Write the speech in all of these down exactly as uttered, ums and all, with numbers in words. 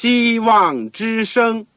希望之声。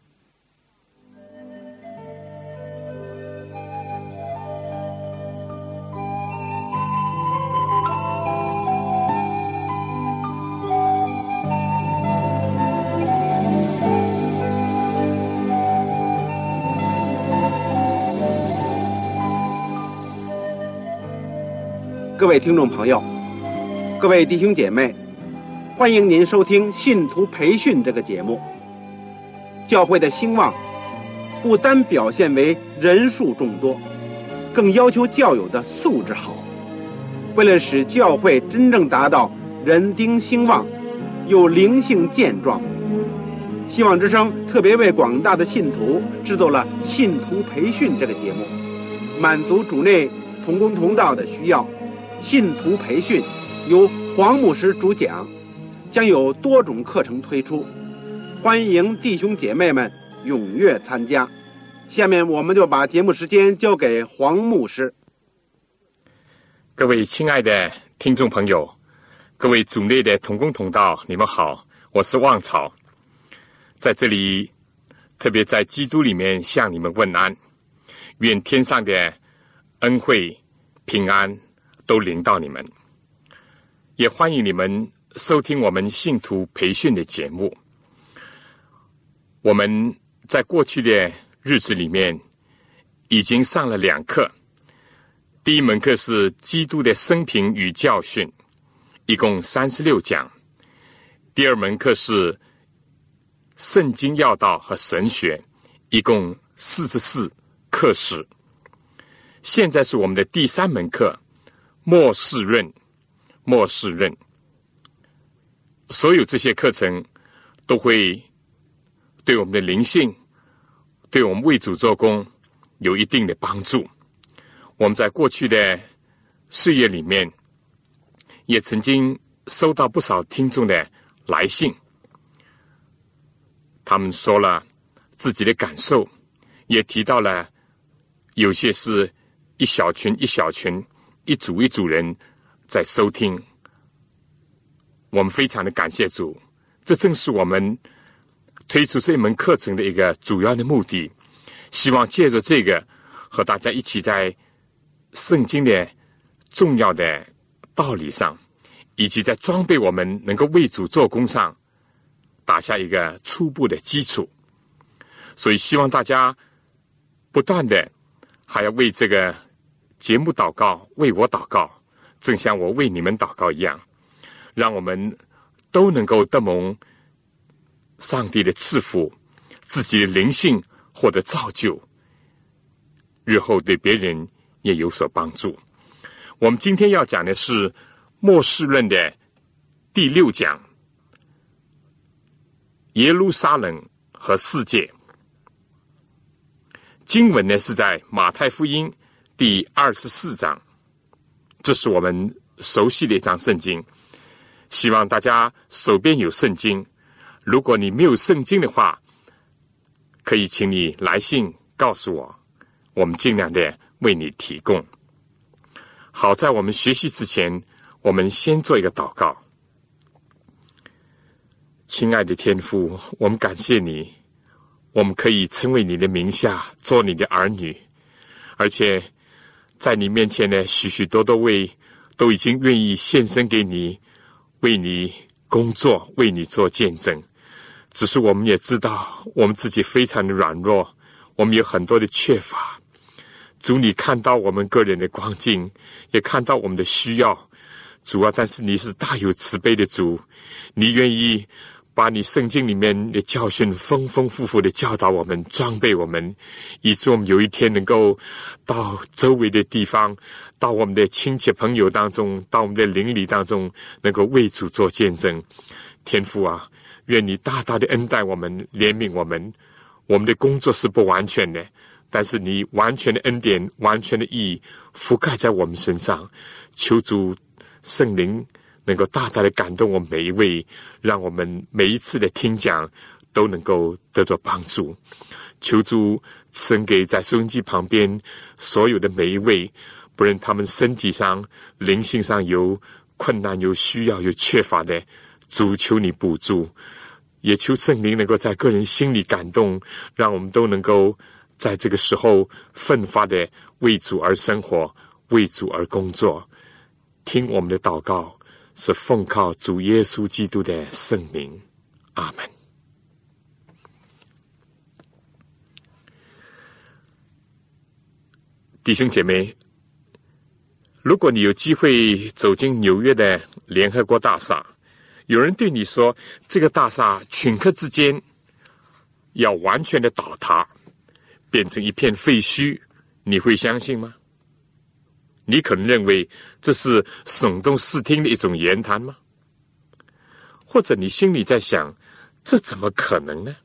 各位听众朋友，各位弟兄姐妹，欢迎您收听信徒培训这个节目。教会的兴旺不单表现为人数众多，更要求教友的素质好。为了使教会真正达到人丁兴旺又灵性健壮，希望之声特别为广大的信徒制作了信徒培训这个节目，满足主内同工同道的需要。信徒培训由黄牧师主讲，将有多种课程推出，欢迎弟兄姐妹们踊跃参加。下面我们就把节目时间交给黄牧师。 各位亲爱的听众朋友，各位主内的同工同道，你们好，我是旺草，在这里特别在基督里面向你们问安，愿天上的恩惠平安都临到你们，也欢迎你们收听我们信徒培训的节目。我们在过去的日子里面已经上了两课，第一门课是基督的生平与教训，一共三十六讲；第二门课是圣经要道和神学，一共四十四课时。现在是我们的第三门课，末世论。末世论，所有这些课程都会对我们的灵性，对我们为主做工有一定的帮助。我们在过去的岁月里面，也曾经收到不少听众的来信，他们说了自己的感受，也提到了有些是一小群一小群一组一组人在收听。我们非常的感谢主，这正是我们推出这门课程的一个主要的目的，希望借着这个和大家一起在圣经的重要的道理上，以及在装备我们能够为主做工上打下一个初步的基础。所以希望大家不断的还要为这个节目祷告，为我祷告，正像我为你们祷告一样，让我们都能够得蒙上帝的赐福，自己的灵性获得造就，日后对别人也有所帮助。我们今天要讲的是末世论的第六讲，耶路撒冷和世界。经文呢是在马太福音第二十四章，这是我们熟悉的一章圣经。希望大家手边有圣经，如果你没有圣经的话，可以请你来信告诉我，我们尽量的为你提供。好，在我们学习之前，我们先做一个祷告。亲爱的天父，我们感谢你，我们可以称为你的名下，做你的儿女，而且在你面前呢，许许多多位都已经愿意献身给你，为你工作，为你做见证。只是我们也知道我们自己非常的软弱，我们有很多的缺乏。主，你看到我们个人的光景，也看到我们的需要，主啊，但是你是大有慈悲的主，你愿意把你圣经里面的教训丰丰富富的教导我们，装备我们，以致我们有一天能够到周围的地方，到我们的亲戚朋友当中，到我们的邻里当中，能够为主做见证。天父啊，愿你大大的恩待我们，怜悯我们。我们的工作是不完全的，但是你完全的恩典，完全的义覆盖在我们身上。求主圣灵能够大大的感动我们每一位，让我们每一次的听讲都能够得到帮助。求主赐给在收音机旁边所有的每一位，不论他们身体上灵性上有困难，有需要，有缺乏的，主求你补助， 也求圣灵能够在个人心里感动，让我们都能够在这个时候奋发的为主而生活，为主而工作。听我们的祷告，是奉靠主耶稣基督的圣名，阿们。弟兄姐妹，如果你有机会走进纽约的联合国大厦，有人对你说这个大厦顷刻之间要完全的倒塌，变成一片废墟，你会相信吗？你可能认为这是耸动视听的一种言谈吗？或者你心里在想，这怎么可能呢？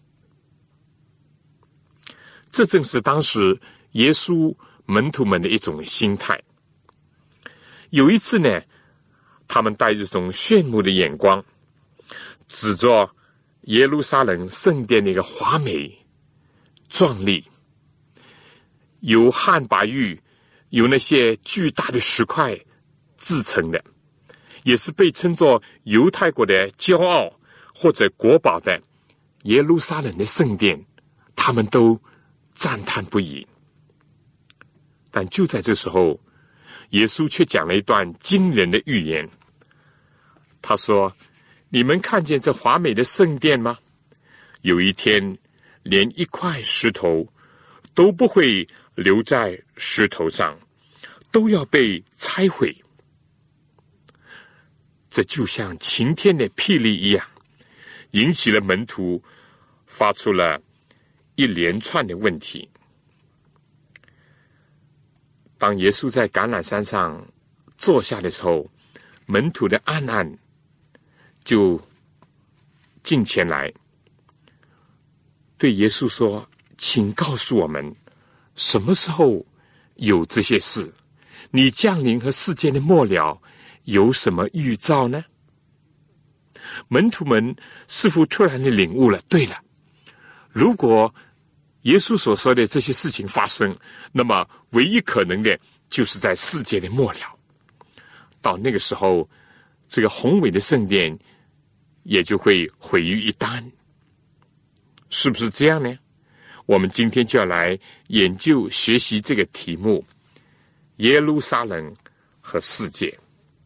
这正是当时耶稣门徒们的一种心态。有一次呢，他们带着一种炫目的眼光，指着耶路撒冷圣殿的一个华美壮丽，由汉白玉，由那些巨大的石块制成的，也是被称作犹太国的骄傲或者国宝的耶路撒冷的圣殿，他们都赞叹不已。但就在这时候，耶稣却讲了一段惊人的预言。他说，你们看见这华美的圣殿吗？有一天，连一块石头都不会留在石头上，都要被拆毁。这就像晴天的霹雳一样，引起了门徒发出了一连串的问题。当耶稣在橄榄山上坐下的时候，门徒的暗暗就近前来对耶稣说，请告诉我们什么时候有这些事，你降临和世界的末了有什么预兆呢？门徒们似乎突然的领悟了，对了，如果耶稣所说的这些事情发生，那么唯一可能的就是在世界的末了。到那个时候，这个宏伟的圣殿也就会毁于一旦，是不是这样呢？我们今天就要来研究学习这个题目：耶路撒冷和世界。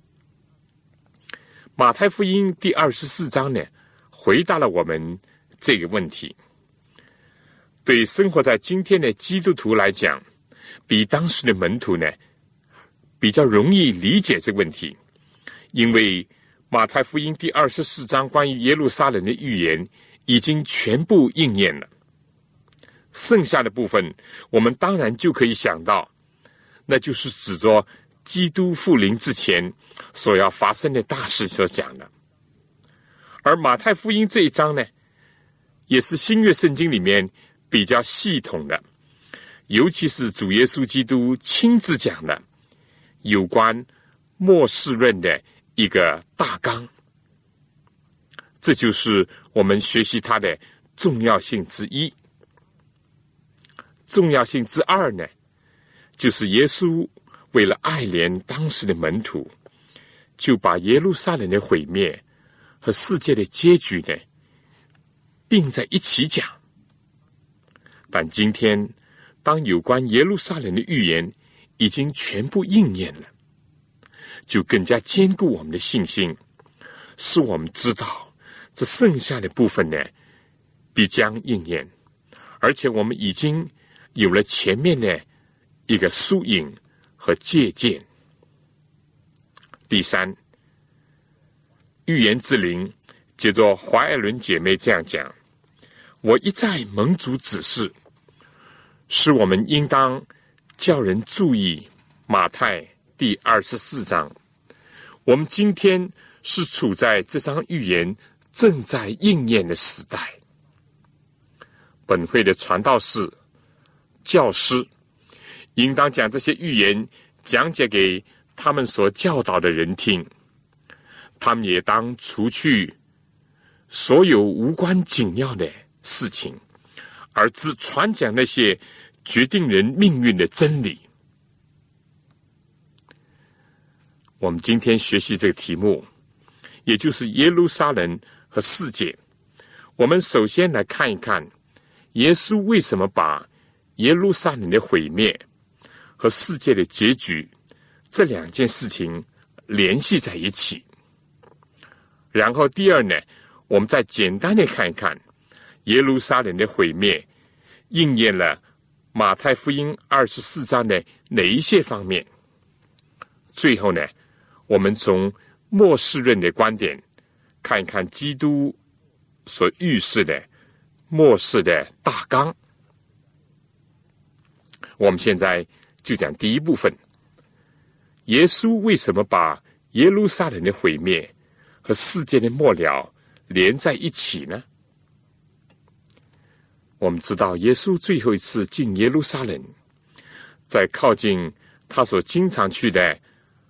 马太福音第二十四章呢，回答了我们这个问题。对生活在今天的基督徒来讲，比当时的门徒呢比较容易理解这个问题，因为马太福音第二十四章关于耶路撒冷的预言已经全部应验了。剩下的部分我们当然就可以想到，那就是指着基督复临之前所要发生的大事所讲的。而马太福音这一章呢，也是新约圣经里面比较系统的，尤其是主耶稣基督亲自讲的有关末世论的一个大纲。这就是我们学习它的重要性之一。重要性之二呢，就是耶稣为了爱怜当时的门徒，就把耶路撒冷的毁灭和世界的结局呢并在一起讲。但今天当有关耶路撒冷的预言已经全部应验了，就更加坚固我们的信心，使我们知道这剩下的部分呢必将应验，而且我们已经有了前面的一个疏引和借鉴。第三，预言之灵接着华爱伦姐妹这样讲，我一再蒙主指示，使我们应当叫人注意马太第二十四章。我们今天是处在这张预言正在应验的时代。本会的传道士、教师应当将这些预言讲解给他们所教导的人听，他们也当除去所有无关紧要的事情，而只传讲那些决定人命运的真理。我们今天学习这个题目，也就是耶路撒冷和世界， 我们首先来看一看，耶稣为什么把耶路撒冷的毁灭和世界的结局这两件事情联系在一起。然后第二呢，我们再简单的看一看耶路撒冷的毁灭应验了马太福音二十四章的哪一些方面。最后呢，我们从末世论的观点看一看基督所预示的末世的大纲。我们现在就讲第一部分，耶稣为什么把耶路撒冷的毁灭和世界的末了连在一起呢？我们知道耶稣最后一次进耶路撒冷，在靠近他所经常去的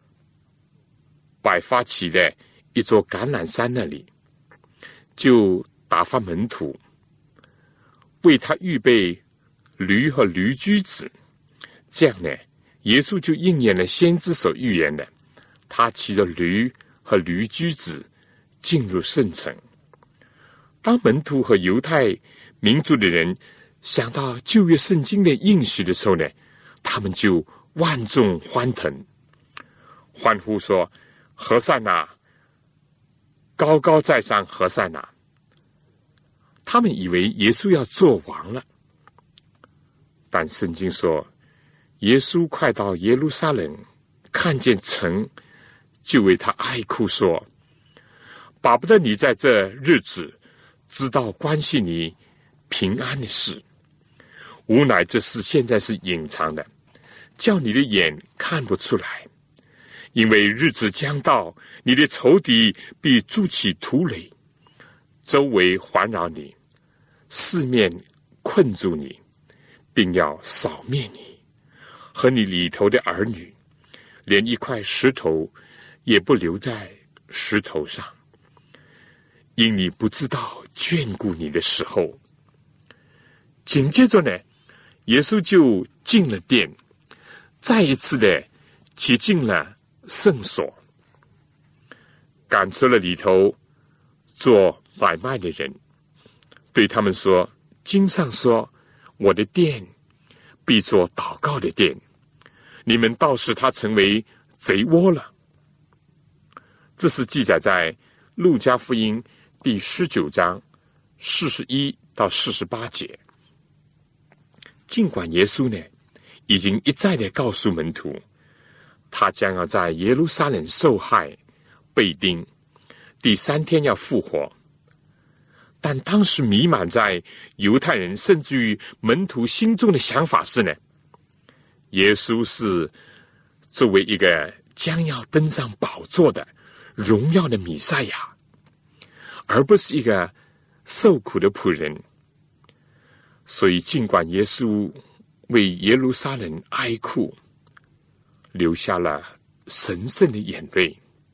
百发起的一座橄榄山那里，就打发门徒为他预备驴和驴驹子。这样呢，耶稣就应验了先知所预言的，他骑着驴和驴驹子进入圣城。当门徒和犹太民族的人想到旧约圣经的应许的时候呢，他们就万众欢腾，欢呼说：何塞那，高高在上，何塞那。他们以为耶稣要做王了，但圣经说，耶稣快到耶路撒冷，看见城，就为他哀哭说：巴不得你在这日子知道关系你平安的事，无奈这事现在是隐藏的，叫你的眼看不出来。因为日子将到，你的仇敌必筑起土垒，周围环绕你，四面困住你，并要扫灭你和你里头的儿女，连一块石头也不留在石头上，因你不知道眷顾你的时候。紧接着呢，耶稣就进了殿，再一次的挤进了圣所，赶出了里头做买卖的人，对他们说：经上说，我的殿必作祷告的殿，你们倒使它成为贼窝了。这是记载在路加福音第十九章四十一到四十八节。尽管耶稣呢已经一再的告诉门徒，他将要在耶路撒冷受害被钉，第三天要复活，但当时弥漫在犹太人甚至于门徒心中的想法是呢，耶稣是作为一个将要登上宝座的荣耀的弥赛亚，而不是一个受苦的仆人。所以尽管耶稣为耶路撒冷哀哭，流下了神圣的眼泪。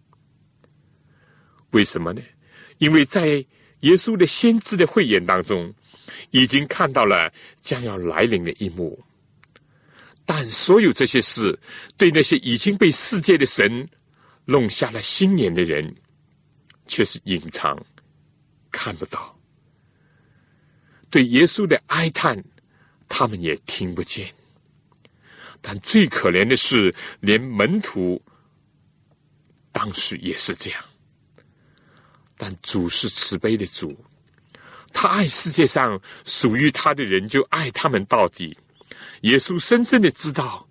为什么呢？因为在耶稣的先知的慧眼当中，已经看到了将要来临的一幕，但所有这些事对那些已经被世界的神弄瞎了心眼的人却是隐藏，看不到。对耶稣的哀叹他们也听不见。但最可怜的是，连门徒当时也是这样。但主是慈悲的主，他爱世界上属于他的人，就爱他们到底。耶稣深深的知道，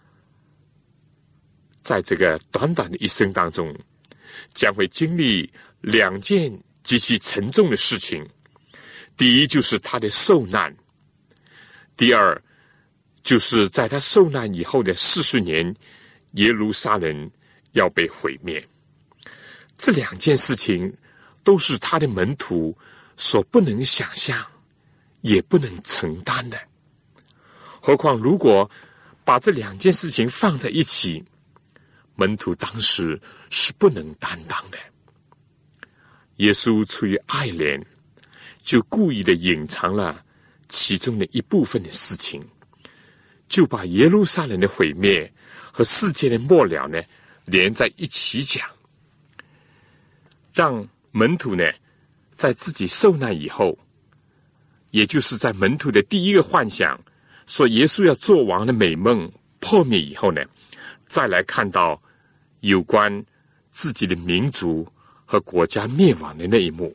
在这个短短的一生当中，将会经历两件极其沉重的事情。第一就是他的受难，第二就是在他受难以后的四十年，耶路撒冷要被毁灭。这两件事情都是他的门徒所不能想象也不能承担的。何况如果把这两件事情放在一起，门徒当时是不能担当的。耶稣出于爱怜，就故意的隐藏了其中的一部分的事情，就把耶路撒冷的毁灭和世界的末了呢连在一起讲，让门徒呢在自己受难以后，也就是在门徒的第一个幻想说耶稣要做王的美梦破灭以后呢，再来看到有关自己的民族和国家灭亡的那一幕。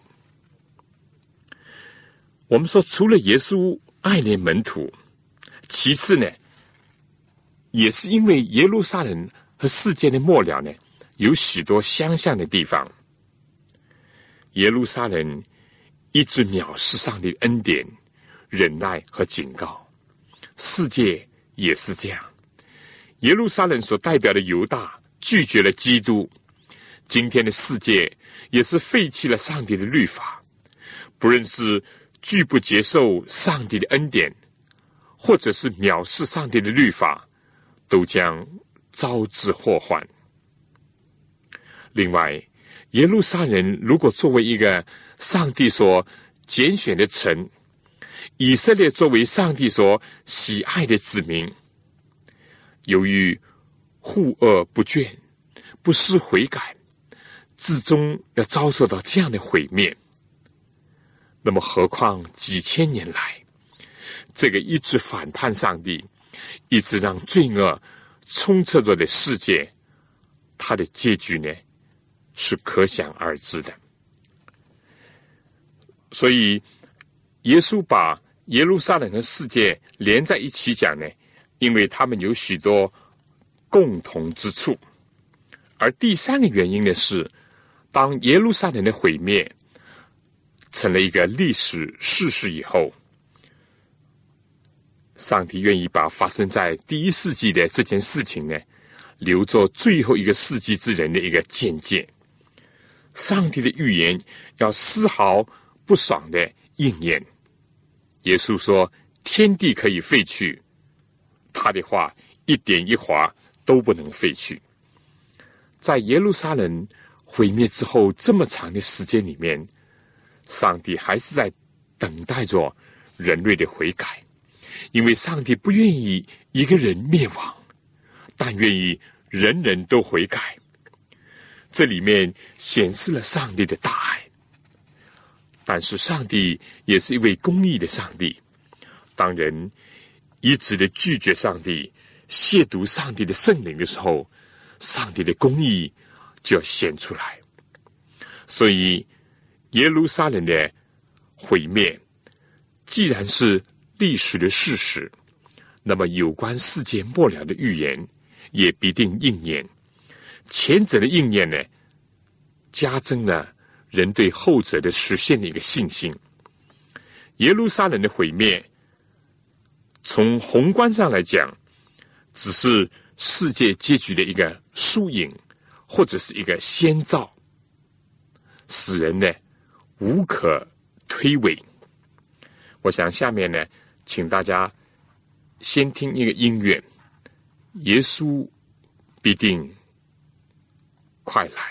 我们说，除了耶稣爱怜门徒，其次呢，也是因为耶路撒冷和世界的末了呢，有许多相像的地方。耶路撒冷一直藐视上帝的恩典、忍耐和警告，世界也是这样。耶路撒冷所代表的犹大拒绝了基督，今天的世界也是废弃了上帝的律法，不论是拒不接受上帝的恩典，或者是藐视上帝的律法，都将招致祸患。另外，耶路撒冷如果作为一个上帝所拣选的城，以色列作为上帝所喜爱的子民，由于护恶不倦、不思悔改，至终要遭受到这样的毁灭。那么何况几千年来，这个一直反叛上帝，一直让罪恶充斥着的世界，它的结局呢，是可想而知的。所以耶稣把耶路撒冷和世界连在一起讲呢，因为他们有许多共同之处。而第三个原因呢是，当耶路撒冷的毁灭成了一个历史事实以后，上帝愿意把发生在第一世纪的这件事情呢，留作最后一个世纪之人的一个见解。上帝的预言要丝毫不爽的应验。耶稣说，天地可以废去，他的话一点一划都不能废去。在耶路撒冷毁灭之后这么长的时间里面，上帝还是在等待着人类的悔改，因为上帝不愿意一个人灭亡，但愿意人人都悔改。这里面显示了上帝的大爱，但是上帝也是一位公义的上帝。当人一直的拒绝上帝、亵渎上帝的圣灵的时候，上帝的公义就要显出来。所以耶路撒冷的毁灭既然是历史的事实，那么有关世界末了的预言也必定应验。前者的应验呢，加增了人对后者的实现的一个信心。耶路撒冷的毁灭，从宏观上来讲，只是世界结局的一个缩影，或者是一个先兆，使人呢无可推诿。我想下面呢，请大家先听一个音乐，耶稣必定快来。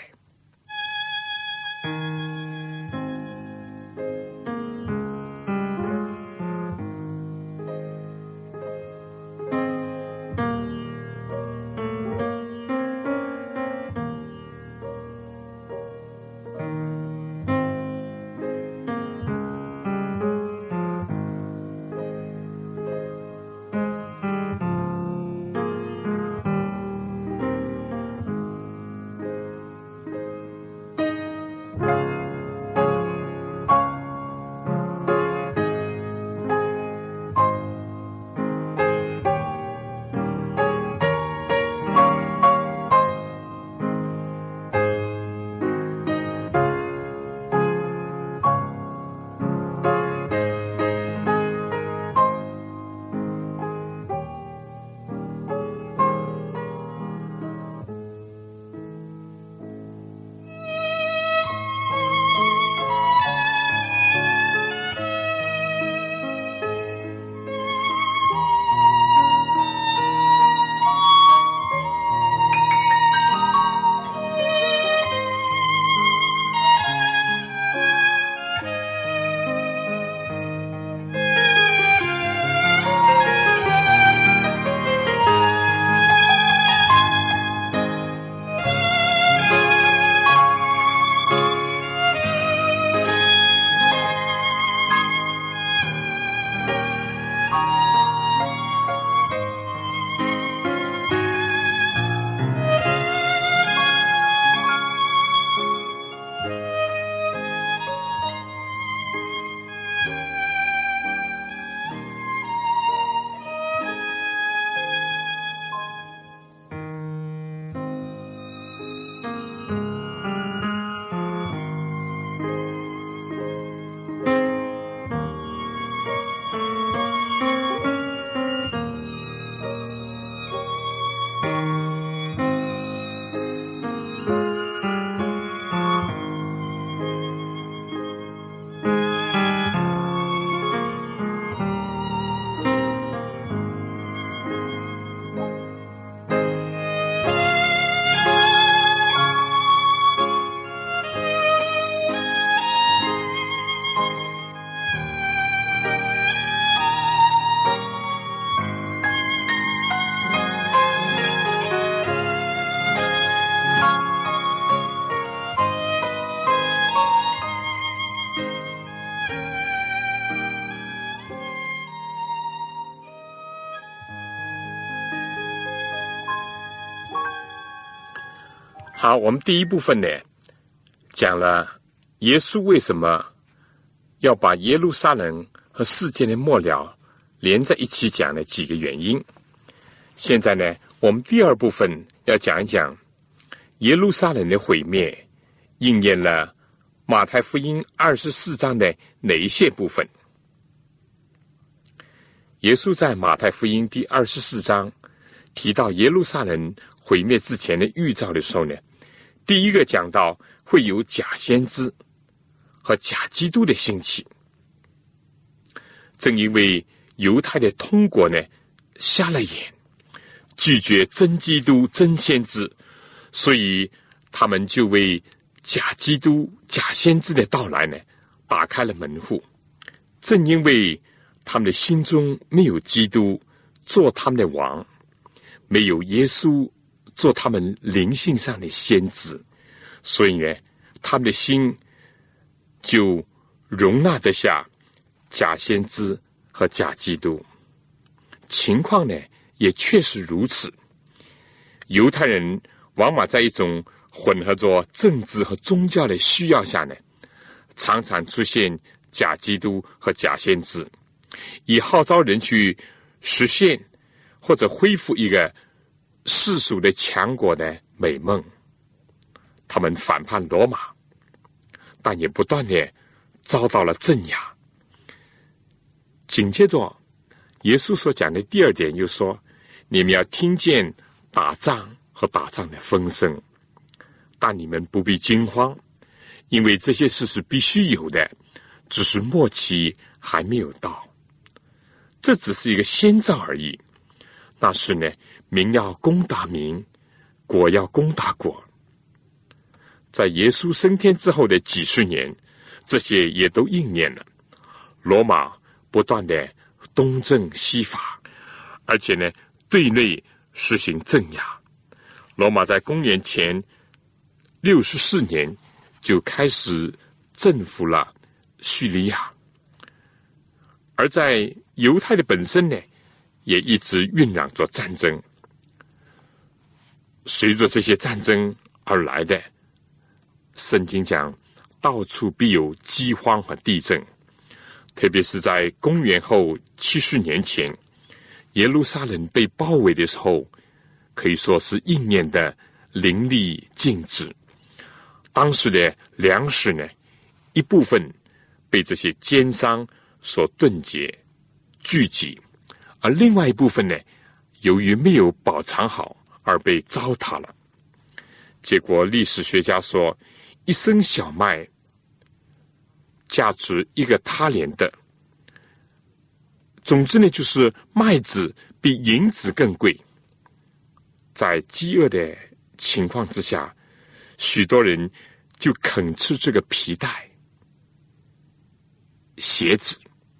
好，我们第一部分呢，讲了耶稣为什么要把耶路撒冷和世界的末了连在一起讲的几个原因。现在呢，我们第二部分要讲一讲耶路撒冷的毁灭应验了马太福音二十四章的哪一些部分。耶稣在马太福音第二十四章提到耶路撒冷毁灭之前的预兆的时候呢，第一个讲到会有假先知和假基督的兴起。正因为犹太的通国呢瞎了眼，拒绝真基督真先知，所以他们就为假基督假先知的到来呢打开了门户。正因为他们的心中没有基督做他们的王，没有耶稣做他们灵性上的先知，所以呢他们的心就容纳得下假先知和假基督。情况呢也确实如此。犹太人往往在一种混合着政治和宗教的需要下呢，常常出现假基督和假先知，以号召人去实现或者恢复一个世俗的强国的美梦。他们反叛罗马，但也不断地遭到了镇压。紧接着耶稣所讲的第二点又说，你们要听见打仗和打仗的风声，但你们不必惊慌，因为这些事是必须有的，只是末期还没有到。这只是一个先兆而已。那是呢，民要攻打民，国要攻打国。在耶稣升天之后的几十年，这些也都应验了。罗马不断的东征西伐，而且呢，对内实行镇压。罗马在公元前六十四年就开始征服了叙利亚，而在犹太的本身呢，也一直酝酿着战争。随着这些战争而来的，圣经讲到处必有饥荒和地震，特别是在公元后七十年前，耶路撒冷被包围的时候，可以说是应验的淋漓尽致。当时的粮食呢，一部分被这些奸商所顿劫聚集，而另外一部分呢，由于没有保藏好而被糟蹋了。结果历史学家说，一升小麦价值一个他连的。总之呢，就是麦子比银子更贵。在饥饿的情况之下，许多人就啃吃这个皮带、鞋子，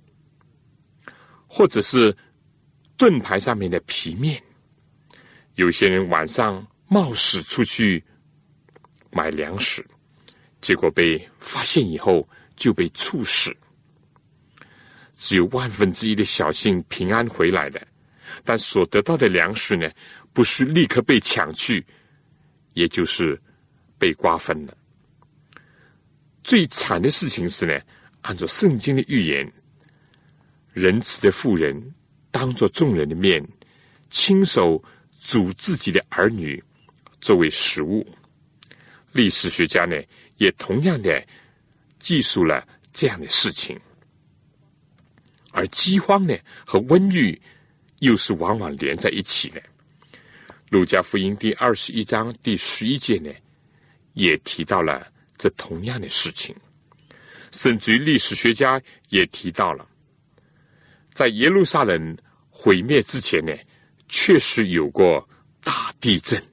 或者是盾牌上面的皮面。有些人晚上冒死出去买粮食，结果被发现以后就被处死。只有万分之一的小幸平安回来的，但所得到的粮食呢，不是立刻被抢去，也就是被瓜分了。最惨的事情是呢，按照圣经的预言，仁慈的妇人当着众人的面，亲手煮自己的儿女作为食物。历史学家呢，也同样的记述了这样的事情。而饥荒呢和瘟疫又是往往连在一起的。路加福音第二十一章第十一节呢，也提到了这同样的事情。甚至于历史学家也提到了，在耶路撒冷毁灭之前呢，确实有过大地震。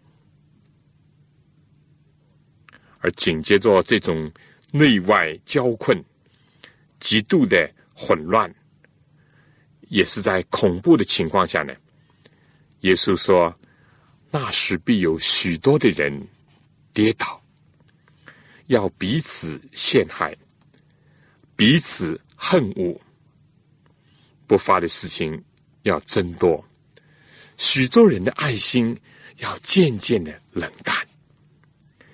而紧接着这种内外交困、极度的混乱，也是在恐怖的情况下呢，耶稣说，那时必有许多的人跌倒，要彼此陷害，彼此恨恶，不发的事情要增多，许多人的爱心要渐渐的冷淡。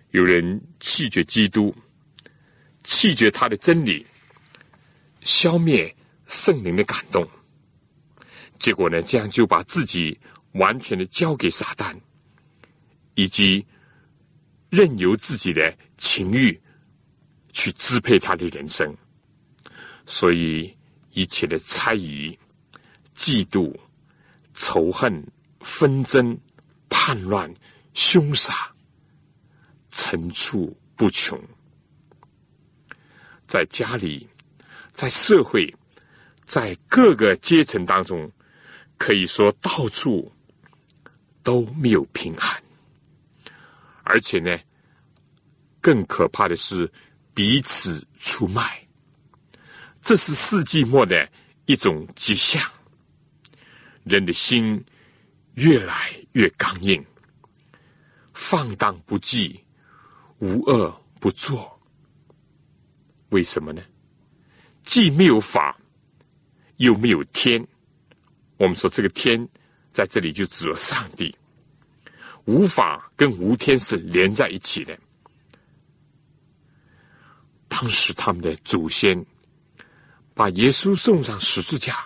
有人弃绝基督，弃绝他的真理，消灭圣灵的感动，结果呢，这样就把自己完全的交给撒旦，以及任由自己的情欲去支配他的人生。所以一切的猜疑、嫉妒、仇恨、纷争、叛乱、凶杀层出不穷，在家里，在社会，在各个阶层当中，可以说到处都没有平安。而且呢，更可怕的是彼此出卖，这是世纪末的一种迹象。人的心越来越刚硬，放荡不羁，无恶不作。为什么呢？既没有法，又没有天。我们说这个天在这里就指了上帝，无法跟无天是连在一起的。当时他们的祖先把耶稣送上十字架，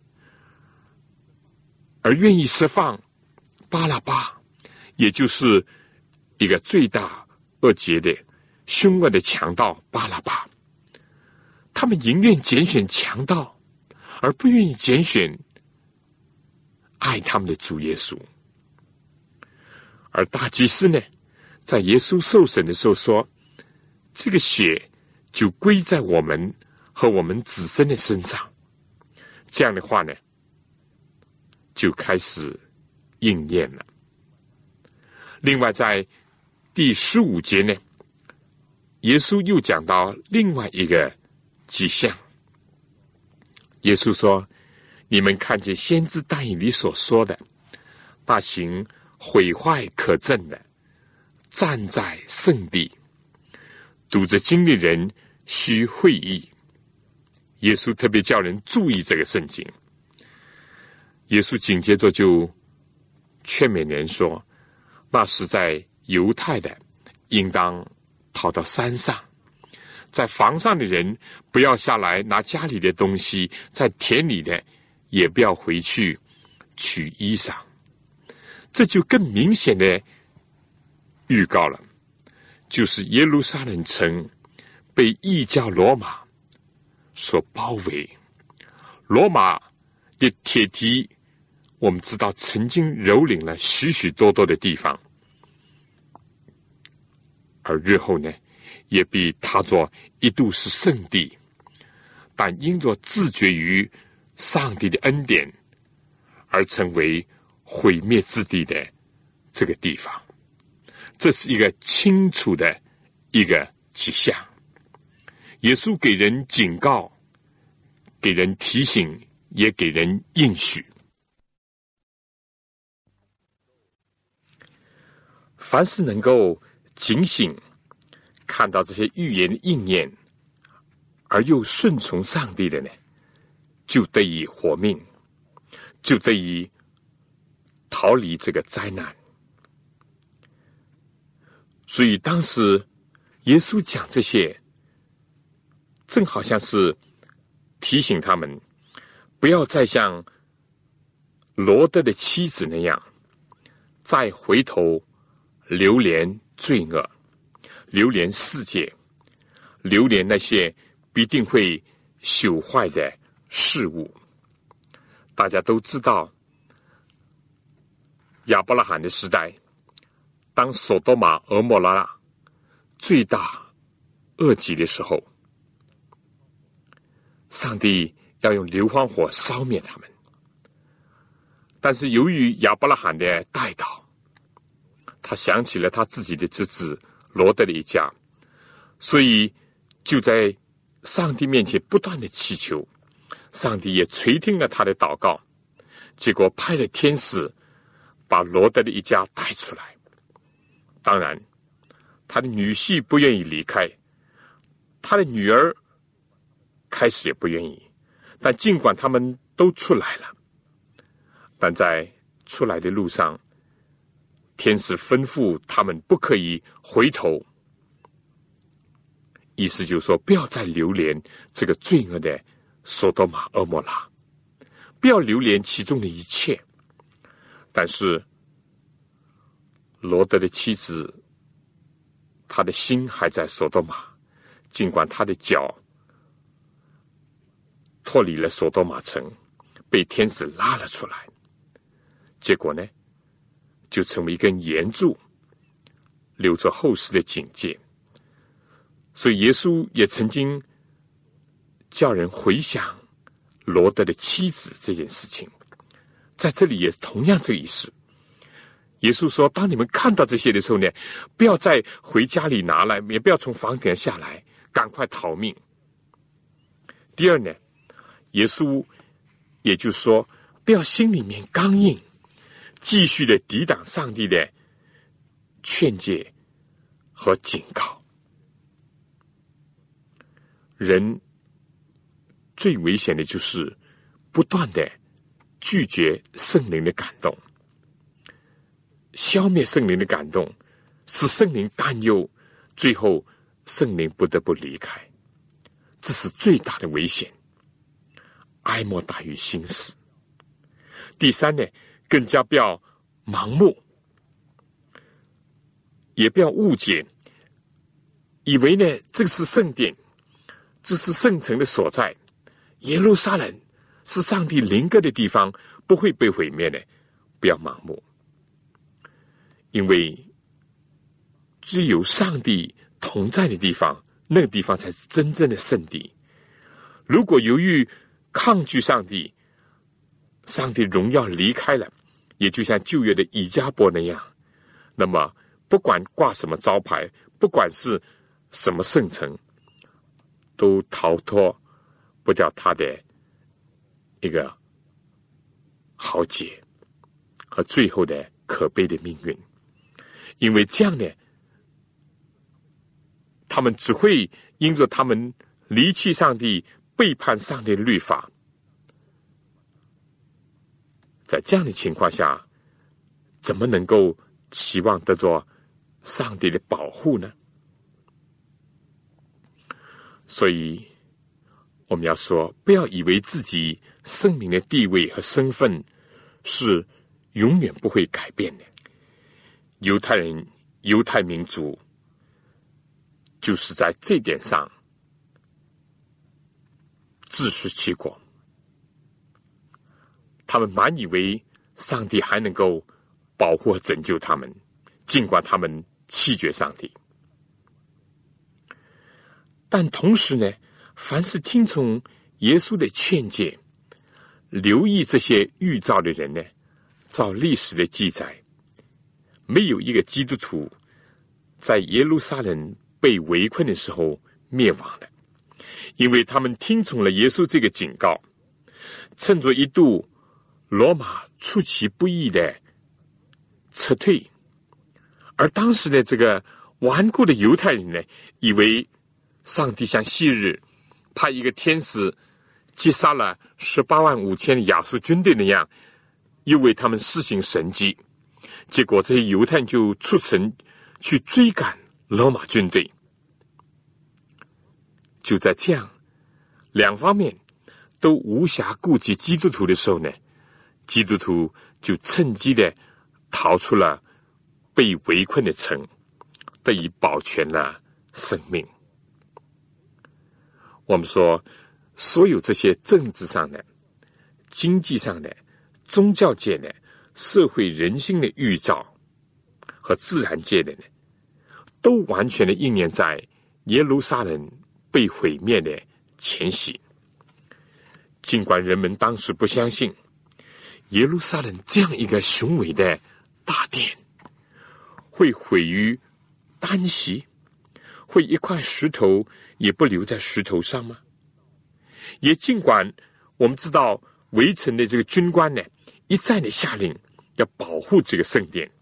而愿意释放巴拉巴，也就是一个罪大恶极的凶恶的强盗巴拉巴。他们宁愿拣选强盗，而不愿意拣选爱他们的主耶稣。而大祭司呢，在耶稣受审的时候说，这个血就归在我们和我们子孙的身上。这样的话呢，就开始应验了。另外在第十五节呢，耶稣又讲到另外一个迹象。耶稣说，你们看见先知但以理所说的，那行毁坏可憎的，站在圣地，读着经的人须会意。耶稣特别叫人注意这个圣经。耶稣紧接着就劝勉人说，那是在犹太的应当逃到山上，在房上的人不要下来拿家里的东西，在田里的也不要回去取衣裳。这就更明显的预告了，就是耶路撒冷城被异教罗马所包围。罗马的铁蹄，我们知道曾经蹂躏了许许多多的地方，而日后呢，也被他作一度是圣地，但因着自绝于上帝的恩典，而成为毁灭之地的这个地方。这是一个清楚的一个迹象。耶稣给人警告，给人提醒，也给人应许。凡是能够警醒看到这些预言的应验，而又顺从上帝的呢，就得以活命，就得以逃离这个灾难。所以当时耶稣讲这些，正好像是提醒他们，不要再像罗得的妻子那样，再回头流连罪恶，流连世界，流连那些必定会朽坏的事物。大家都知道，亚伯拉罕的时代，当索多玛、俄摩拉罪大恶极的时候，上帝要用硫磺火烧灭他们。但是由于亚伯拉罕的代祷，他想起了他自己的侄子罗得的一家，所以就在上帝面前不断的祈求，上帝也垂听了他的祷告，结果派了天使把罗得的一家带出来。当然他的女婿不愿意离开，他的女儿开始也不愿意，但尽管他们都出来了，但在出来的路上，天使吩咐他们不可以回头， 意思就是说，不要再留恋这个罪恶的索多玛、蛾摩拉，不要留恋其中的一切。但是罗德的妻子，他的心还在索多玛，尽管他的脚脱离了索多玛城，被天使拉了出来，结果呢，就成为一根岩柱，留着后世的警戒。所以耶稣也曾经叫人回想罗德的妻子这件事情，在这里也同样这个意思。耶稣说，当你们看到这些的时候呢，不要再回家里拿来，也不要从房顶下来，赶快逃命。第二呢，耶稣也就是说，不要心里面刚硬，继续的抵挡上帝的劝诫和警告。人最危险的就是不断的拒绝圣灵的感动，消灭圣灵的感动，使圣灵担忧，最后圣灵不得不离开，这是最大的危险。哀莫大于心死。第三呢，更加不要盲目，也不要误解，以为呢这个是圣殿，这是圣城的所在，耶路撒冷是上帝临格的地方，不会被毁灭的。不要盲目，因为只有上帝同在的地方，那个地方才是真正的圣地。如果由于抗拒上帝，上帝荣耀离开了，也就像旧约的以迦波那样，那么不管挂什么招牌，不管是什么圣城，都逃脱不掉他的一个豪杰和最后的可悲的命运。因为这样呢，他们只会因着他们离弃上帝，背叛上帝的律法，在这样的情况下，怎么能够期望得着上帝的保护呢？所以我们要说，不要以为自己生命的地位和身份是永远不会改变的。犹太人、犹太民族就是在这点上自食其果。他们满以为上帝还能够保护和拯救他们，尽管他们弃绝上帝。但同时呢，凡是听从耶稣的劝诫，留意这些预兆的人呢，照历史的记载，没有一个基督徒在耶路撒冷被围困的时候灭亡的，因为他们听从了耶稣这个警告，趁着一度罗马出其不意的撤退，而当时的这个顽固的犹太人呢，以为上帝像昔日派一个天使击杀了十八万五千的亚述军队那样，又为他们施行神迹。结果这些犹太人就出城去追赶罗马军队。就在这样两方面都无暇顾及基督徒的时候呢，基督徒就趁机的逃出了被围困的城，得以保全了生命。我们说，所有这些政治上的、经济上的、宗教界的、社会人心的预兆和自然界的呢，都完全的应验在耶路撒冷被毁灭的前夕。尽管人们当时不相信耶路撒冷这样一个雄伟的大殿会毁于单席，会一块石头也不留在石头上吗？也尽管我们知道围城的这个军官呢，一再的下令要保护这个圣殿，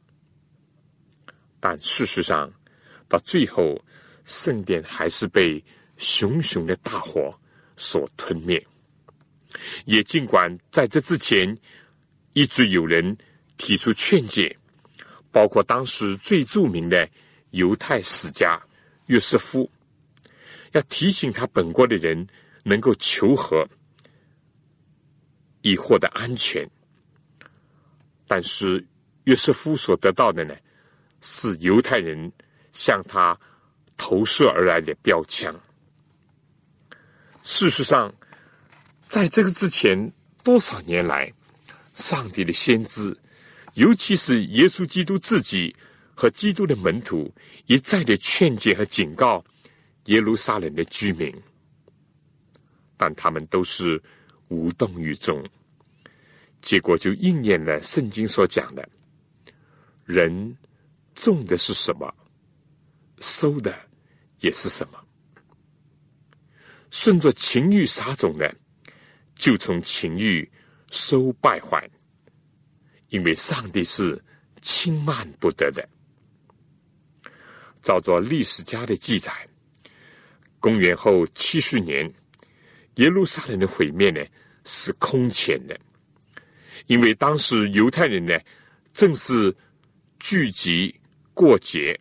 但事实上到最后，圣殿还是被熊熊的大火所吞灭。也尽管在这之前一直有人提出劝诫，包括当时最著名的犹太史家约瑟夫， 要提醒他本国的人能够求和，以获得安全。但是约瑟夫所得到的呢，是犹太人向他投射而来的标枪。事实上，在这个之前多少年来，上帝的先知，尤其是耶稣基督自己和基督的门徒，一再的劝诫和警告耶路撒冷的居民，但他们都是无动于衷，结果就应验了圣经所讲的：人种的是什么，收的也是什么。顺着情欲撒种的，就从情欲收败坏，因为上帝是轻慢不得的。照着历史家的记载，公元后七十年，耶路撒冷的毁灭呢是空前的，因为当时犹太人呢正是聚集过节，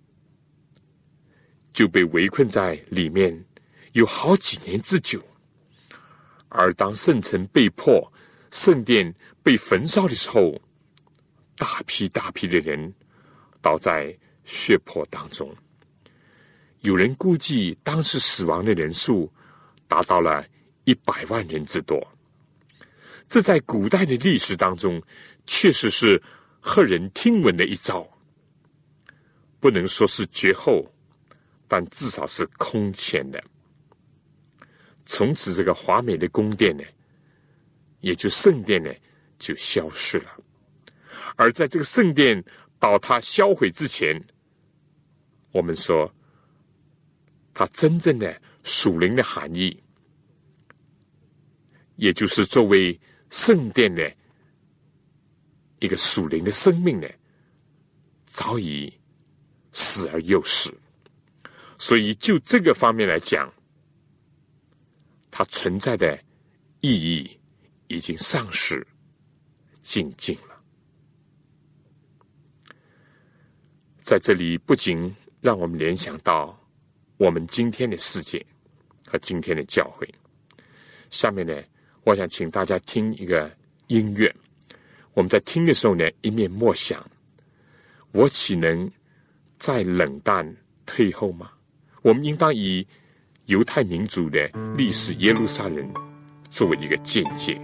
就被围困在里面有好几年之久。而当圣城被破，圣殿被焚烧的时候，大批大批的人倒在血泊当中。有人估计当时死亡的人数达到了一百万人之多。这在古代的历史当中确实是骇人听闻的一招，不能说是绝后，但至少是空前的。从此这个华美的宫殿呢，也就圣殿呢就消失了。而在这个圣殿倒塌销毁之前，我们说它真正的属灵的含义，也就是作为圣殿的一个属灵的生命呢，早已死而又死。所以就这个方面来讲，它存在的意义已经丧失尽尽了。在这里不仅让我们联想到我们今天的世界和今天的教会。下面呢，我想请大家听一个音乐。我们在听的时候呢，一面默想：我岂能再冷淡退后吗？我们应当以犹太民族的历史耶路撒冷作为一个见解。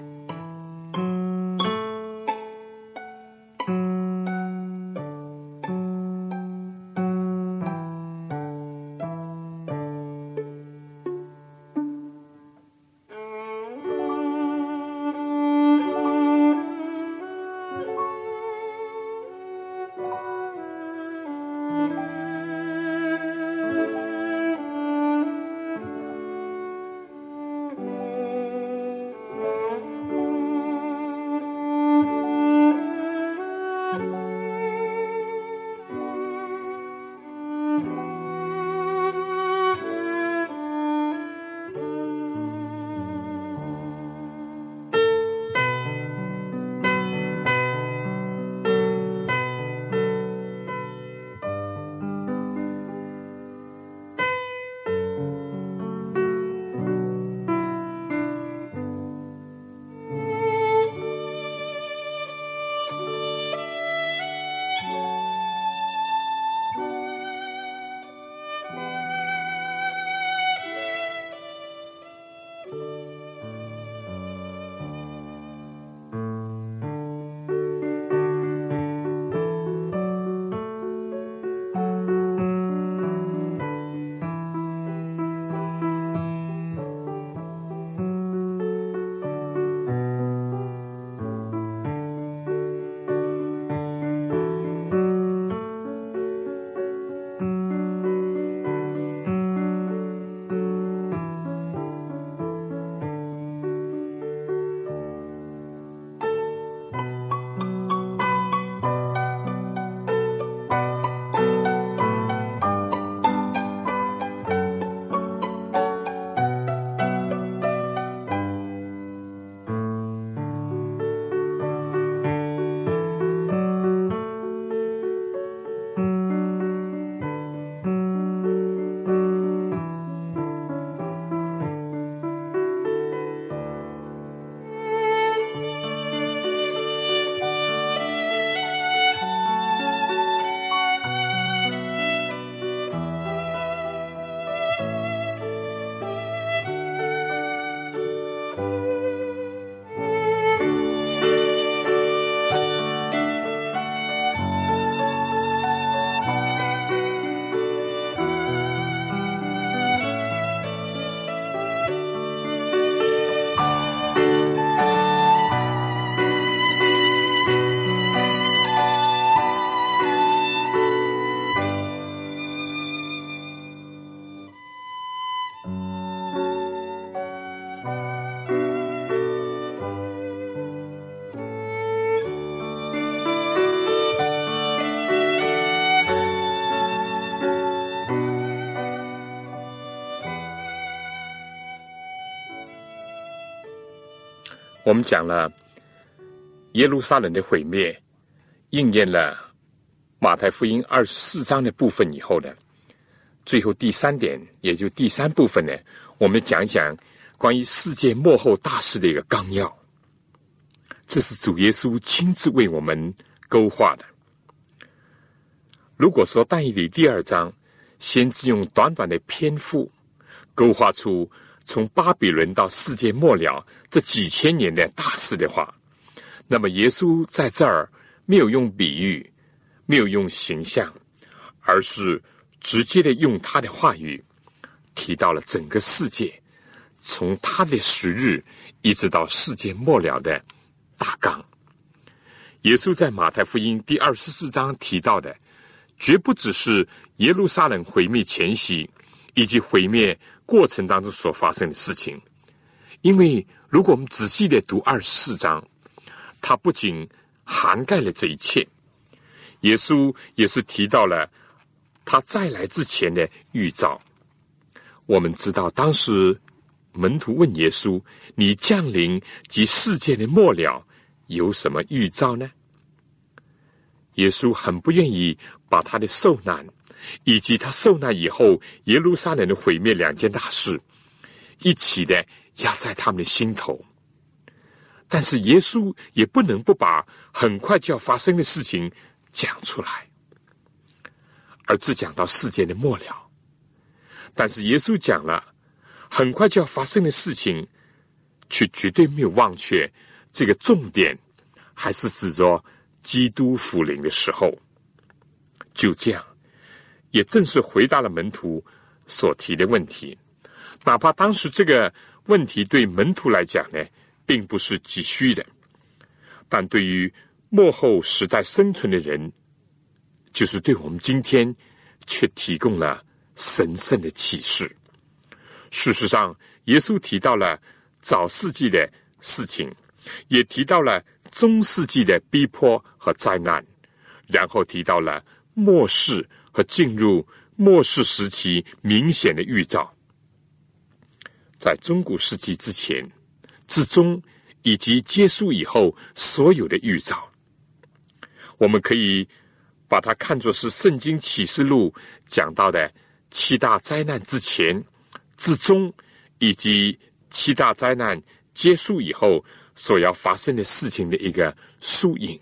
我们讲了耶路撒冷的毁灭，应验了马太福音二十四章的部分以后呢，最后第三点，也就第三部分呢，我们讲一讲关于世界末后大事的一个纲要。这是主耶稣亲自为我们勾画的。如果说但以理第二章先只用短短的篇幅勾画出从巴比伦到世界末了这几千年的大事的话，那么耶稣在这儿没有用比喻，没有用形象，而是直接的用他的话语提到了整个世界从他的时日一直到世界末了的大纲。耶稣在马太福音第二十四章提到的绝不只是耶路撒冷毁灭前夕以及毁灭过程当中所发生的事情，因为如果我们仔细的读二十四章，它不仅涵盖了这一切，耶稣也是提到了他再来之前的预兆。我们知道当时门徒问耶稣，你降临及世界的末了有什么预兆呢？耶稣很不愿意把他的受难以及他受难以后耶路撒冷的毁灭两件大事一起的压在他们的心头，但是耶稣也不能不把很快就要发生的事情讲出来，而只讲到世界的末了。但是耶稣讲了很快就要发生的事情，却绝对没有忘却这个重点还是指着基督复临的时候。就这样，也正是回答了门徒所提的问题，哪怕当时这个问题对门徒来讲呢并不是急需的，但对于末后时代生存的人，就是对我们今天却提供了神圣的启示。事实上，耶稣提到了早世纪的事情，也提到了中世纪的逼迫和灾难，然后提到了末世和进入末世时期明显的预兆。在中古世纪之前、之中以及结束以后所有的预兆，我们可以把它看作是圣经启示录讲到的七大灾难之前、之中以及七大灾难结束以后所要发生的事情的一个缩影。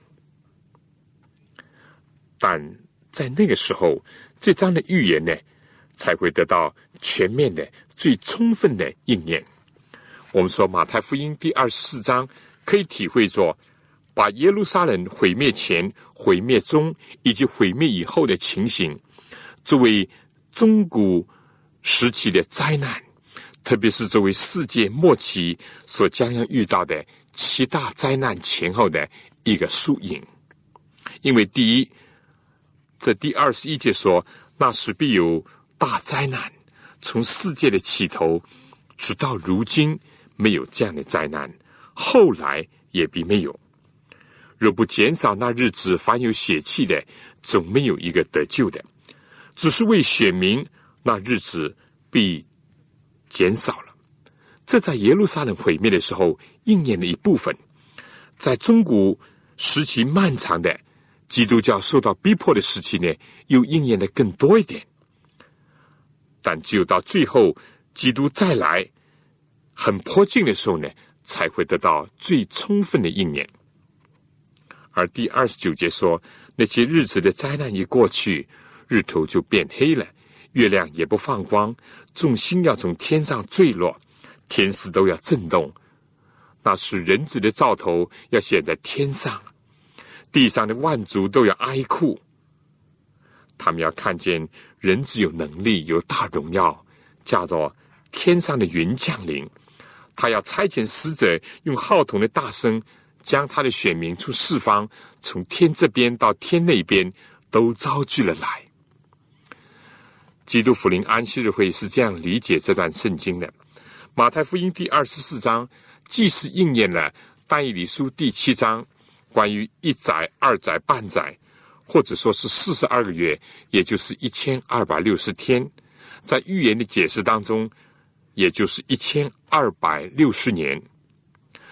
但在那个时候，这章的预言呢才会得到全面的最充分的应验。我们说马太福音第二十四章可以体会作把耶路撒冷毁灭前、毁灭中以及毁灭以后的情形作为中古时期的灾难，特别是作为世界末期所将要遇到的七大灾难前后的一个缩影。因为第一，这第二十一节说，那时必有大灾难，从世界的起头直到如今没有这样的灾难，后来也必没有。若不减少那日子，凡有血气的总没有一个得救的，只是为选民，那日子必减少了。这在耶路撒冷毁灭的时候应验了一部分，在中古时期漫长的基督教受到逼迫的时期呢，又应验的更多一点。但只有到最后基督再来很迫近的时候呢，才会得到最充分的应验。而第二十九节说，那些日子的灾难一过去，日头就变黑了，月亮也不放光，众星要从天上坠落，天使都要震动，那是人子的兆头要显在天上，地上的万族都要哀哭，他们要看见人子有能力，有大荣耀，驾着天上的云降临，他要差遣使者用号筒的大声，将他的选民从四方，从天这边到天那边都招聚了来。基督福临安息日会是这样理解这段圣经的。马太福音第二十四章既是应验了但以理书第七章关于一载、二载、半载，或者说是四十二个月，也就是一千二百六十天，在预言的解释当中，也就是一千二百六十年。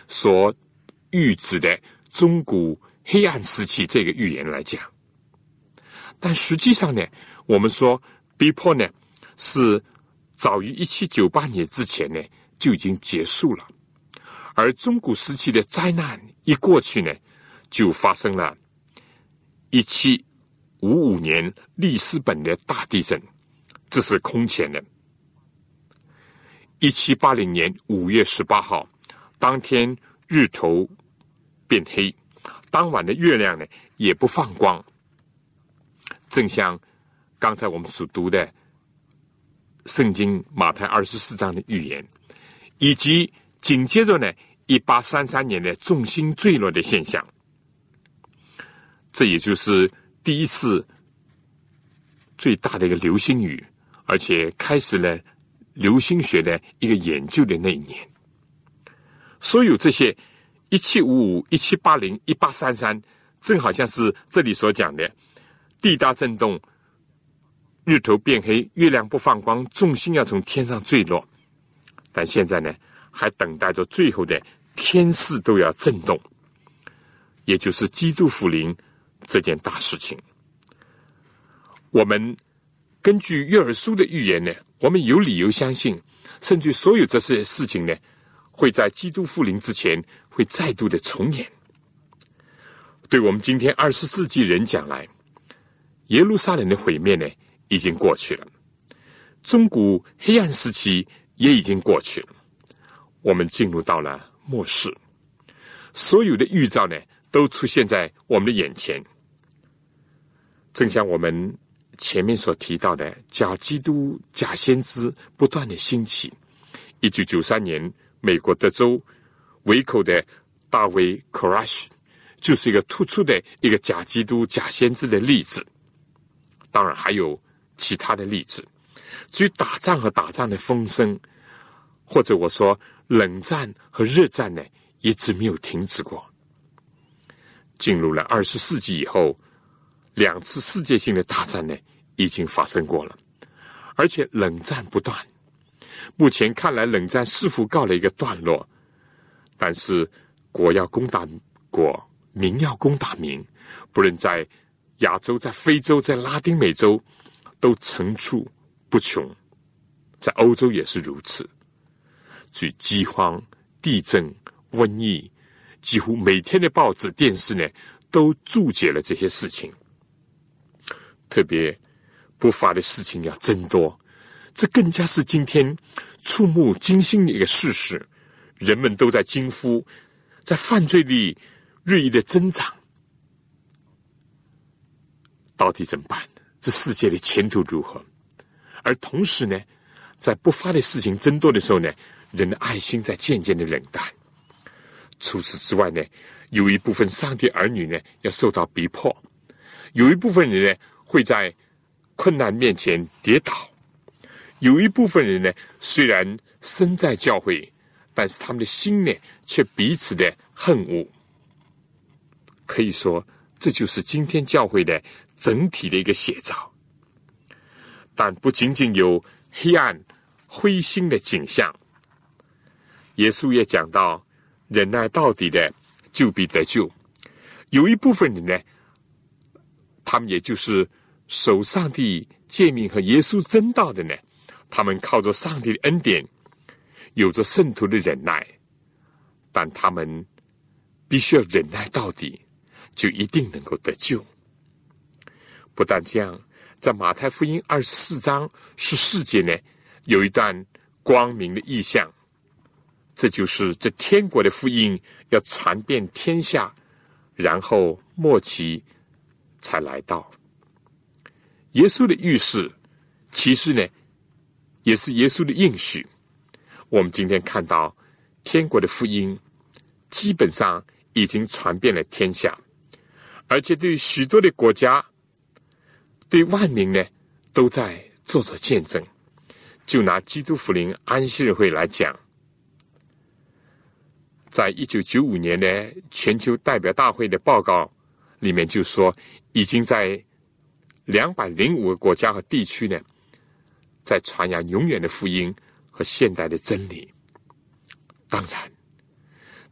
所预指的中古黑暗时期这个预言来讲。但实际上呢，我们说逼迫呢是早于一七九八年之前呢就已经结束了，而中古时期的灾难一过去呢，就发生了一七五五年里斯本的大地震，这是空前的。一七八零年五月十八号，当天日头变黑，当晚的月亮呢也不放光，正像刚才我们所读的圣经马太二十四章的预言，以及紧接着呢一八三三年的众星坠落的现象。这也就是第一次最大的一个流星雨，而且开始了流星学的一个研究的那一年。所有这些一七五五、一七八零、一八三三，正好像是这里所讲的地大震动，日头变黑，月亮不放光，众星要从天上坠落。但现在呢，还等待着最后的天势都要震动，也就是基督复临这件大事情。我们根据约珥书的预言呢，我们有理由相信，甚至所有这些事情呢，会在基督复临之前会再度的重演。对我们今天二十世纪人讲来，耶路撒冷的毁灭呢已经过去了，中古黑暗时期也已经过去了，我们进入到了末世，所有的预兆呢都出现在我们的眼前。正像我们前面所提到的，假基督、假先知不断的兴起。一九九三年，美国德州维口的大卫 Koresh 就是一个突出的一个假基督、假先知的例子。当然还有其他的例子。至于打仗和打仗的风声，或者我说冷战和热战呢，一直没有停止过。进入了二十世纪以后，两次世界性的大战呢已经发生过了，而且冷战不断。目前看来，冷战似乎告了一个段落，但是国要攻打国，民要攻打民，不论在亚洲、在非洲、在拉丁美洲，都层出不穷，在欧洲也是如此。至于饥荒、地震、瘟疫，几乎每天的报纸、电视呢，都注解了这些事情。特别不法的事情要增多，这更加是今天触目惊心的一个事实。人们都在惊呼，在犯罪率日益的增长，到底怎么办？这世界的前途如何？而同时呢，在不法的事情增多的时候呢，人的爱心在渐渐的冷淡。除此之外呢，有一部分上帝儿女呢要受到逼迫，有一部分人呢会在困难面前跌倒，有一部分人呢虽然身在教会，但是他们的心呢却彼此的恨恶。可以说，这就是今天教会的整体的一个写照。但不仅仅有黑暗灰心的景象，耶稣也讲到，忍耐到底的就必得救。有一部分人呢，他们也就是守上帝诫命和耶稣真道的呢，他们靠着上帝的恩典，有着圣徒的忍耐，但他们必须要忍耐到底，就一定能够得救。不但这样，在马太福音二十四章十四节呢，有一段光明的意象，这就是这天国的福音要传遍天下，然后末期才来到。耶稣的预示其实呢也是耶稣的应许。我们今天看到天国的福音基本上已经传遍了天下，而且对许多的国家，对万民呢都在做着见证。就拿基督复临安息日会来讲，在一九九五年的全球代表大会的报告里面就说，已经在两百零五个国家和地区呢，在传扬永远的福音和现代的真理。当然，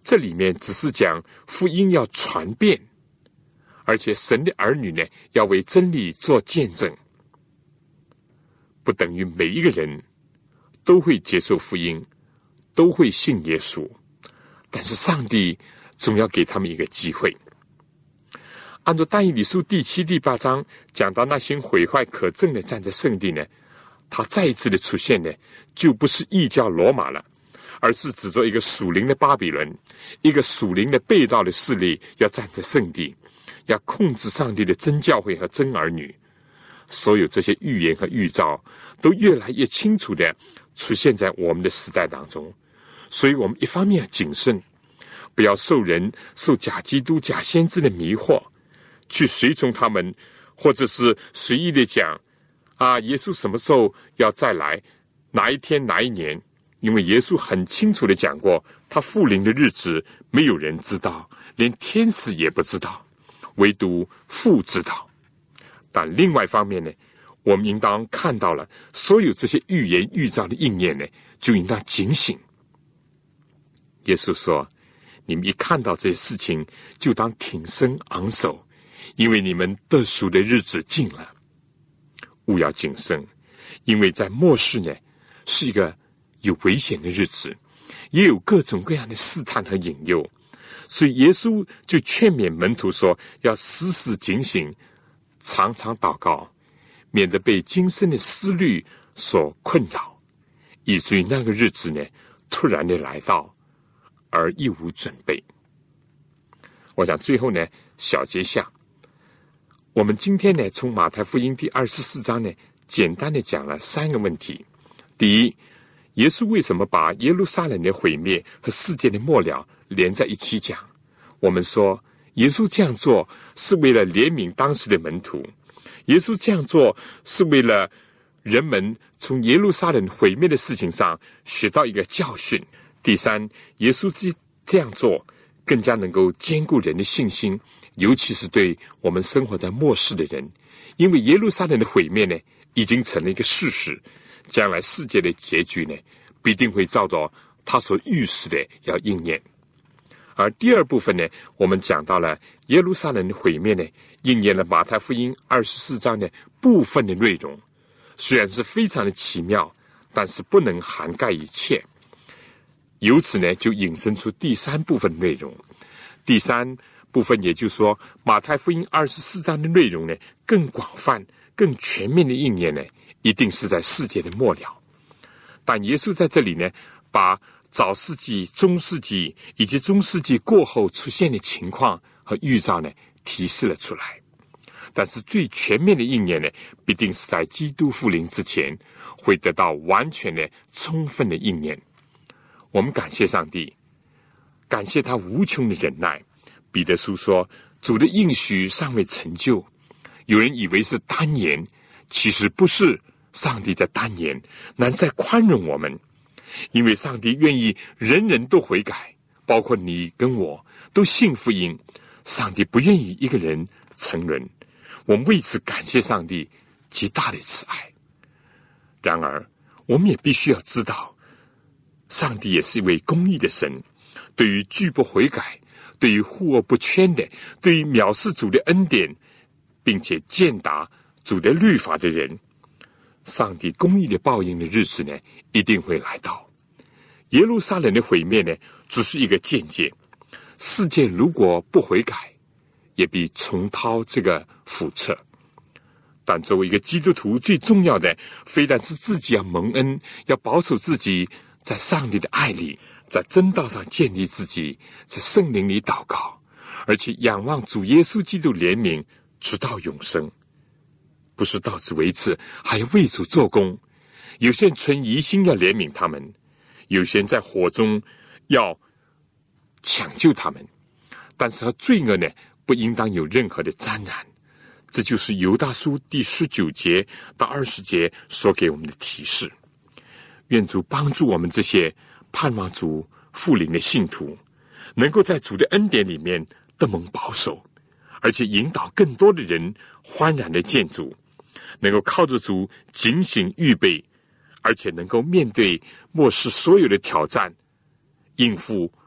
这里面只是讲福音要传遍，而且神的儿女呢要为真理做见证，不等于每一个人都会接受福音，都会信耶稣，但是上帝总要给他们一个机会。按照但以理书第七、第八章讲到那些毁坏可憎的站在圣地呢，他再一次的出现呢，就不是异教罗马了，而是指着一个属灵的巴比伦，一个属灵的背道的势力要站在圣地，要控制上帝的真教会和真儿女。所有这些预言和预兆都越来越清楚的出现在我们的时代当中。所以我们一方面要谨慎，不要受人受假基督假先知的迷惑，去随从他们，或者是随意的讲啊，耶稣什么时候要再来，哪一天哪一年。因为耶稣很清楚的讲过，他复临的日子没有人知道，连天使也不知道，唯独父知道。但另外一方面呢，我们应当看到了所有这些预言预兆的应验呢，就应当警醒。耶稣说，你们一看到这些事情，就当挺身昂首，因为你们得赎的日子近了。务要谨慎，因为在末世呢，是一个有危险的日子，也有各种各样的试探和引诱，所以耶稣就劝勉门徒说，要时时警醒，常常祷告，免得被今生的思虑所困扰，以至于那个日子呢突然的来到而一无准备。我想最后呢，小结下，我们今天呢从马太福音第二十四章呢简单的讲了三个问题。第一，耶稣为什么把耶路撒冷的毁灭和世界的末了连在一起讲？我们说耶稣这样做是为了怜悯当时的门徒，耶稣这样做是为了人们从耶路撒冷毁灭的事情上学到一个教训。第三，耶稣这样做更加能够兼顾人的信心，尤其是对我们生活在末世的人，因为耶路撒冷的毁灭呢已经成了一个事实，将来世界的结局呢必定会照着他所预示的要应验。而第二部分呢，我们讲到了耶路撒冷的毁灭呢应验了马太福音二十四章的部分的内容，虽然是非常的奇妙，但是不能涵盖一切。由此呢就引申出第三部分内容。第三部分也就是说，马太福音二十四章的内容呢更广泛更全面的应验呢一定是在世界的末了。但耶稣在这里呢把早世纪中世纪以及中世纪过后出现的情况和预兆呢提示了出来，但是最全面的应验呢必定是在基督复临之前会得到完全的充分的应验。我们感谢上帝，感谢他无穷的忍耐。彼得书说，主的应许尚未成就，有人以为是单言，其实不是上帝在单言，乃是在宽容我们，因为上帝愿意人人都悔改，包括你跟我都信福音，上帝不愿意一个人沉沦。我们为此感谢上帝极大的慈爱。然而我们也必须要知道，上帝也是一位公义的神，对于拒不悔改，对于护恶不圈的，对于藐视主的恩典并且践踏主的律法的人，上帝公义的报应的日子呢一定会来到。耶路撒冷的毁灭呢只是一个间接，世界如果不悔改，也必重蹈这个覆辙。但作为一个基督徒，最重要的非但是自己要蒙恩，要保守自己在上帝的爱里，在真道上建立自己，在圣灵里祷告，而且仰望主耶稣基督怜悯，直到永生。不是到此为止，还要为主做工。有些人存疑心要怜悯他们，有些人在火中要抢救他们，但是和罪恶呢不应当有任何的沾染。这就是犹大书第十九节到二十节所给我们的提示。愿主帮助我们这些盼望主复临的信徒，能够在主的恩典里面得蒙保守，而且引导更多的人欢然的见主，能够靠着主警醒预备，而且能够面对末世所有的挑战，应付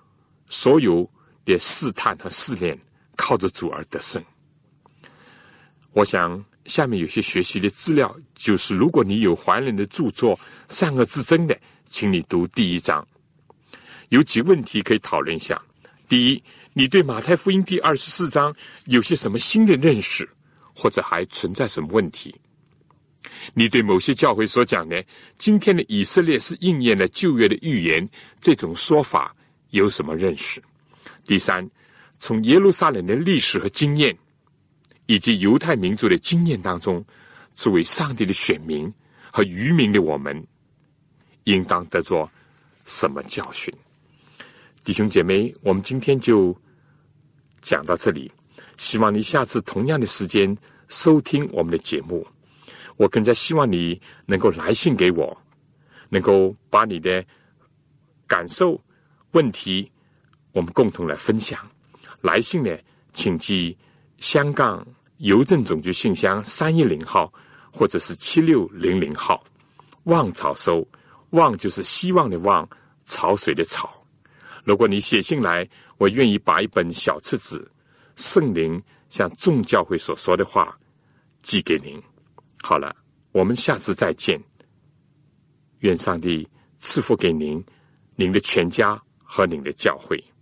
所有的试探和试炼靠着主而得胜。我想下面有些学习的资料，就是如果你有还人的著作善恶之争的，请你读第一章。有几个问题可以讨论一下。第一，你对马太福音第二十四章有些什么新的认识，或者还存在什么问题？你对某些教会所讲的今天的以色列是应验了旧约的预言，这种说法有什么认识？第三，从耶路撒冷的历史和经验，以及犹太民族的经验当中，作为上帝的选民和渔民的我们，应当得着什么教训？弟兄姐妹，我们今天就讲到这里，希望你下次同样的时间收听我们的节目。我更加希望你能够来信给我，能够把你的感受、问题，我们共同来分享。来信呢，请寄香港邮政总局信箱三一零号，或者是七六零零号，望草收。望就是希望的望，潮水的潮。如果你写信来，我愿意把一本小册子《圣灵向众教会所说的话》寄给您。好了，我们下次再见。愿上帝赐福给您、您的全家和您的教会。